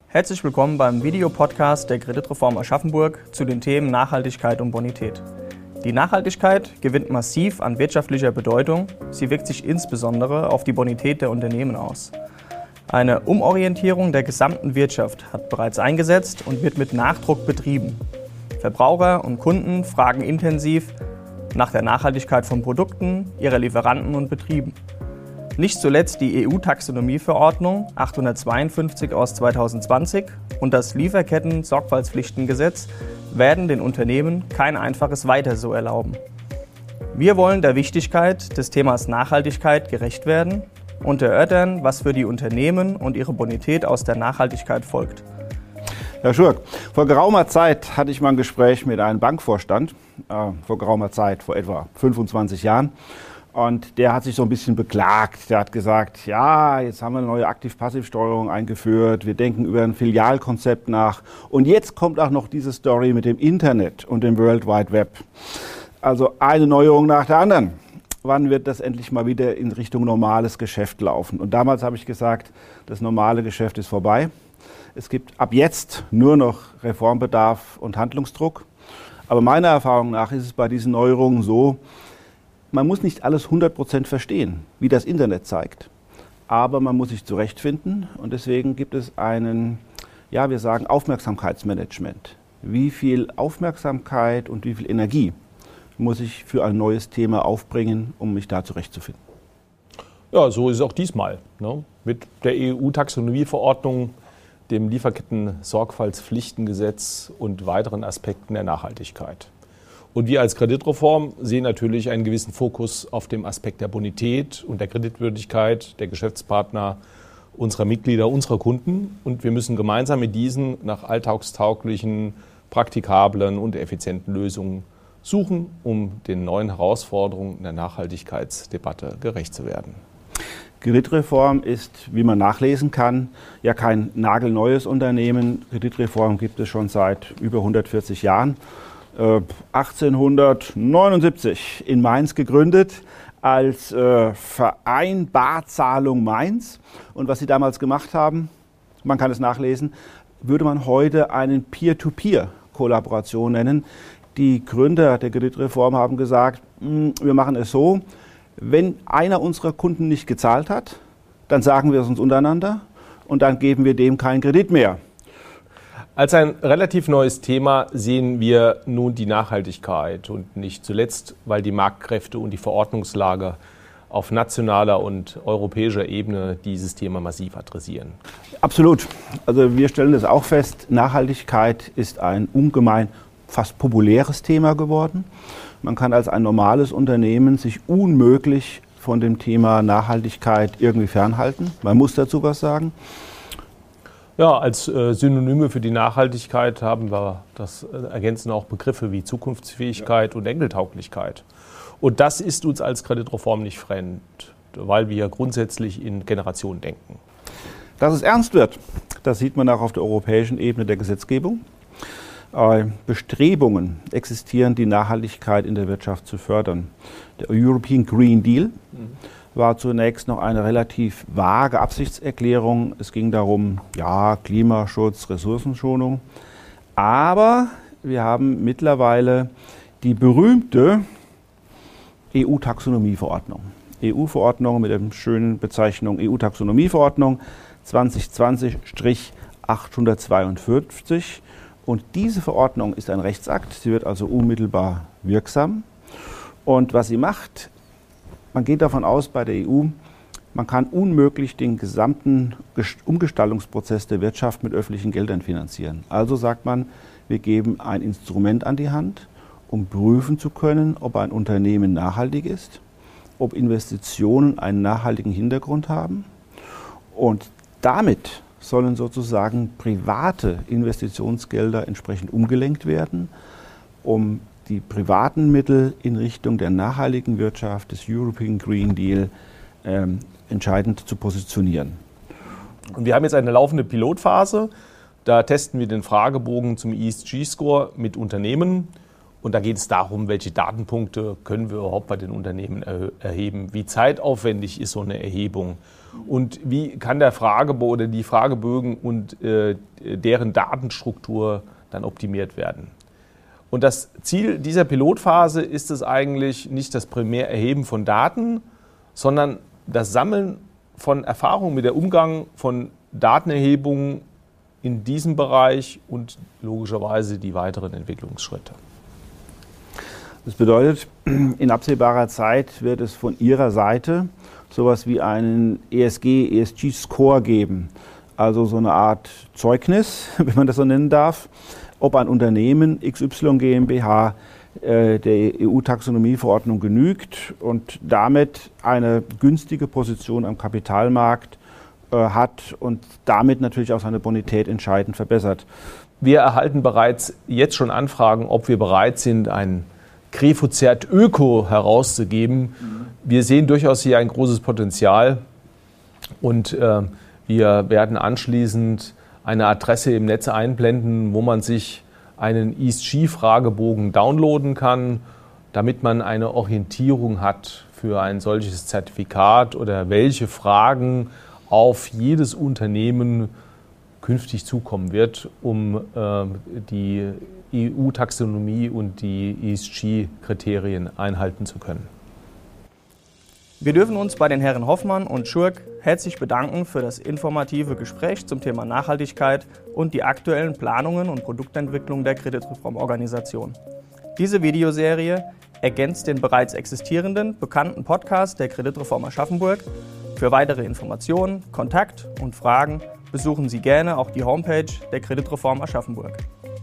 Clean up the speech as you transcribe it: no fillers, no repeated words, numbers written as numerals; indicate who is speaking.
Speaker 1: Herzlich willkommen beim Videopodcast der Kreditreform Aschaffenburg zu den Themen Nachhaltigkeit und Bonität. Die Nachhaltigkeit gewinnt massiv an wirtschaftlicher Bedeutung. Sie wirkt sich insbesondere auf die Bonität der Unternehmen aus. Eine Umorientierung der gesamten Wirtschaft hat bereits eingesetzt und wird mit Nachdruck betrieben. Verbraucher und Kunden fragen intensiv nach der Nachhaltigkeit von Produkten, ihrer Lieferanten und Betrieben. Nicht zuletzt die EU-Taxonomieverordnung 852 aus 2020 und das Lieferketten-Sorgfaltspflichtengesetz werden den Unternehmen kein einfaches Weiter so erlauben. Wir wollen der Wichtigkeit des Themas Nachhaltigkeit gerecht werden und erörtern, was für die Unternehmen und ihre Bonität aus der Nachhaltigkeit folgt.
Speaker 2: Herr Schurk, vor geraumer Zeit hatte ich mal ein Gespräch mit einem Bankvorstand, vor etwa 25 Jahren. Und der hat sich so ein bisschen beklagt. Der hat gesagt, ja, jetzt haben wir eine neue Aktiv-Passiv-Steuerung eingeführt, wir denken über ein Filialkonzept nach. Und jetzt kommt auch noch diese Story mit dem Internet und dem World Wide Web. Also eine Neuerung nach der anderen. Wann wird das endlich mal wieder in Richtung normales Geschäft laufen? Und damals habe ich gesagt, das normale Geschäft ist vorbei. Es gibt ab jetzt nur noch Reformbedarf und Handlungsdruck. Aber meiner Erfahrung nach ist es bei diesen Neuerungen so, man muss nicht alles 100% verstehen, wie das Internet zeigt. Aber man muss sich zurechtfinden und deswegen gibt es wir sagen Aufmerksamkeitsmanagement. Wie viel Aufmerksamkeit und wie viel Energie muss ich für ein neues Thema aufbringen, um mich da zurechtzufinden?
Speaker 3: Ja, so ist es auch diesmal. Ne? Mit der EU-Taxonomieverordnung, dem Lieferketten-Sorgfaltspflichtengesetz und weiteren Aspekten der Nachhaltigkeit. Und wir als Kreditreform sehen natürlich einen gewissen Fokus auf dem Aspekt der Bonität und der Kreditwürdigkeit der Geschäftspartner, unserer Mitglieder, unserer Kunden. Und wir müssen gemeinsam mit diesen nach alltagstauglichen, praktikablen und effizienten Lösungen suchen, um den neuen Herausforderungen in der Nachhaltigkeitsdebatte gerecht zu werden.
Speaker 2: Kreditreform ist, wie man nachlesen kann, ja kein nagelneues Unternehmen. Kreditreform gibt es schon seit über 140 Jahren. 1879 in Mainz gegründet als Verein Barzahlung Mainz. Und was sie damals gemacht haben, man kann es nachlesen, würde man heute einen Peer-to-Peer-Kollaboration nennen. Die Gründer der Kreditreform haben gesagt, wir machen es so, wenn einer unserer Kunden nicht gezahlt hat, dann sagen wir es uns untereinander und dann geben wir dem keinen Kredit mehr.
Speaker 3: Als ein relativ neues Thema sehen wir nun die Nachhaltigkeit und nicht zuletzt, weil die Marktkräfte und die Verordnungslage auf nationaler und europäischer Ebene dieses Thema massiv adressieren.
Speaker 2: Absolut. Also wir stellen das auch fest, Nachhaltigkeit ist ein ungemein fast populäres Thema geworden. Man kann als ein normales Unternehmen sich unmöglich von dem Thema Nachhaltigkeit irgendwie fernhalten. Man muss dazu was sagen.
Speaker 3: Ja, als Synonyme für die Nachhaltigkeit haben wir ergänzen auch Begriffe wie Zukunftsfähigkeit und Enkeltauglichkeit. Und das ist uns als Kreditreform nicht fremd, weil wir grundsätzlich in Generationen denken.
Speaker 2: Dass es ernst wird, das sieht man auch auf der europäischen Ebene der Gesetzgebung. Bestrebungen existieren, die Nachhaltigkeit in der Wirtschaft zu fördern. Der European Green Deal war zunächst noch eine relativ vage Absichtserklärung. Es ging darum, ja, Klimaschutz, Ressourcenschonung. Aber wir haben mittlerweile die berühmte EU-Taxonomieverordnung. EU-Verordnung mit der schönen Bezeichnung EU-Taxonomieverordnung 2020-852. Und diese Verordnung ist ein Rechtsakt. Sie wird also unmittelbar wirksam. Und was sie macht, man geht davon aus bei der EU, man kann unmöglich den gesamten Umgestaltungsprozess der Wirtschaft mit öffentlichen Geldern finanzieren. Also sagt man, wir geben ein Instrument an die Hand, um prüfen zu können, ob ein Unternehmen nachhaltig ist, ob Investitionen einen nachhaltigen Hintergrund haben. Und damit sollen sozusagen private Investitionsgelder entsprechend umgelenkt werden, um die privaten Mittel in Richtung der nachhaltigen Wirtschaft des European Green Deal entscheidend zu positionieren.
Speaker 3: Und wir haben jetzt eine laufende Pilotphase. Da testen wir den Fragebogen zum ESG-Score mit Unternehmen Und da geht es darum, welche Datenpunkte können wir überhaupt bei den Unternehmen erheben, wie zeitaufwendig ist so eine Erhebung und wie kann der Fragebogen oder die Fragebögen und deren Datenstruktur dann optimiert werden. Und das Ziel dieser Pilotphase ist es eigentlich nicht das Primärerheben von Daten, sondern das Sammeln von Erfahrungen mit der Umgang von Datenerhebungen in diesem Bereich und logischerweise die weiteren Entwicklungsschritte.
Speaker 2: Das bedeutet, in absehbarer Zeit wird es von Ihrer Seite sowas wie einen ESG-Score geben. Also so eine Art Zeugnis, wenn man das so nennen darf, ob ein Unternehmen XY GmbH der EU-Taxonomieverordnung genügt und damit eine günstige Position am Kapitalmarkt hat und damit natürlich auch seine Bonität entscheidend verbessert.
Speaker 3: Wir erhalten bereits jetzt schon Anfragen, ob wir bereit sind, ein Crefozert Öko herauszugeben. Wir sehen durchaus hier ein großes Potenzial und wir werden anschließend eine Adresse im Netz einblenden, wo man sich einen ESG-Fragebogen downloaden kann, damit man eine Orientierung hat für ein solches Zertifikat oder welche Fragen auf jedes Unternehmen künftig zukommen wird, um die EU-Taxonomie und die ESG-Kriterien einhalten zu können.
Speaker 1: Wir dürfen uns bei den Herren Hoffmann und Schurk herzlich bedanken für das informative Gespräch zum Thema Nachhaltigkeit und die aktuellen Planungen und Produktentwicklung der Kreditreformorganisation. Diese Videoserie ergänzt den bereits existierenden, bekannten Podcast der Kreditreform Aschaffenburg. Für weitere Informationen, Kontakt und Fragen besuchen Sie gerne auch die Homepage der Kreditreform Aschaffenburg.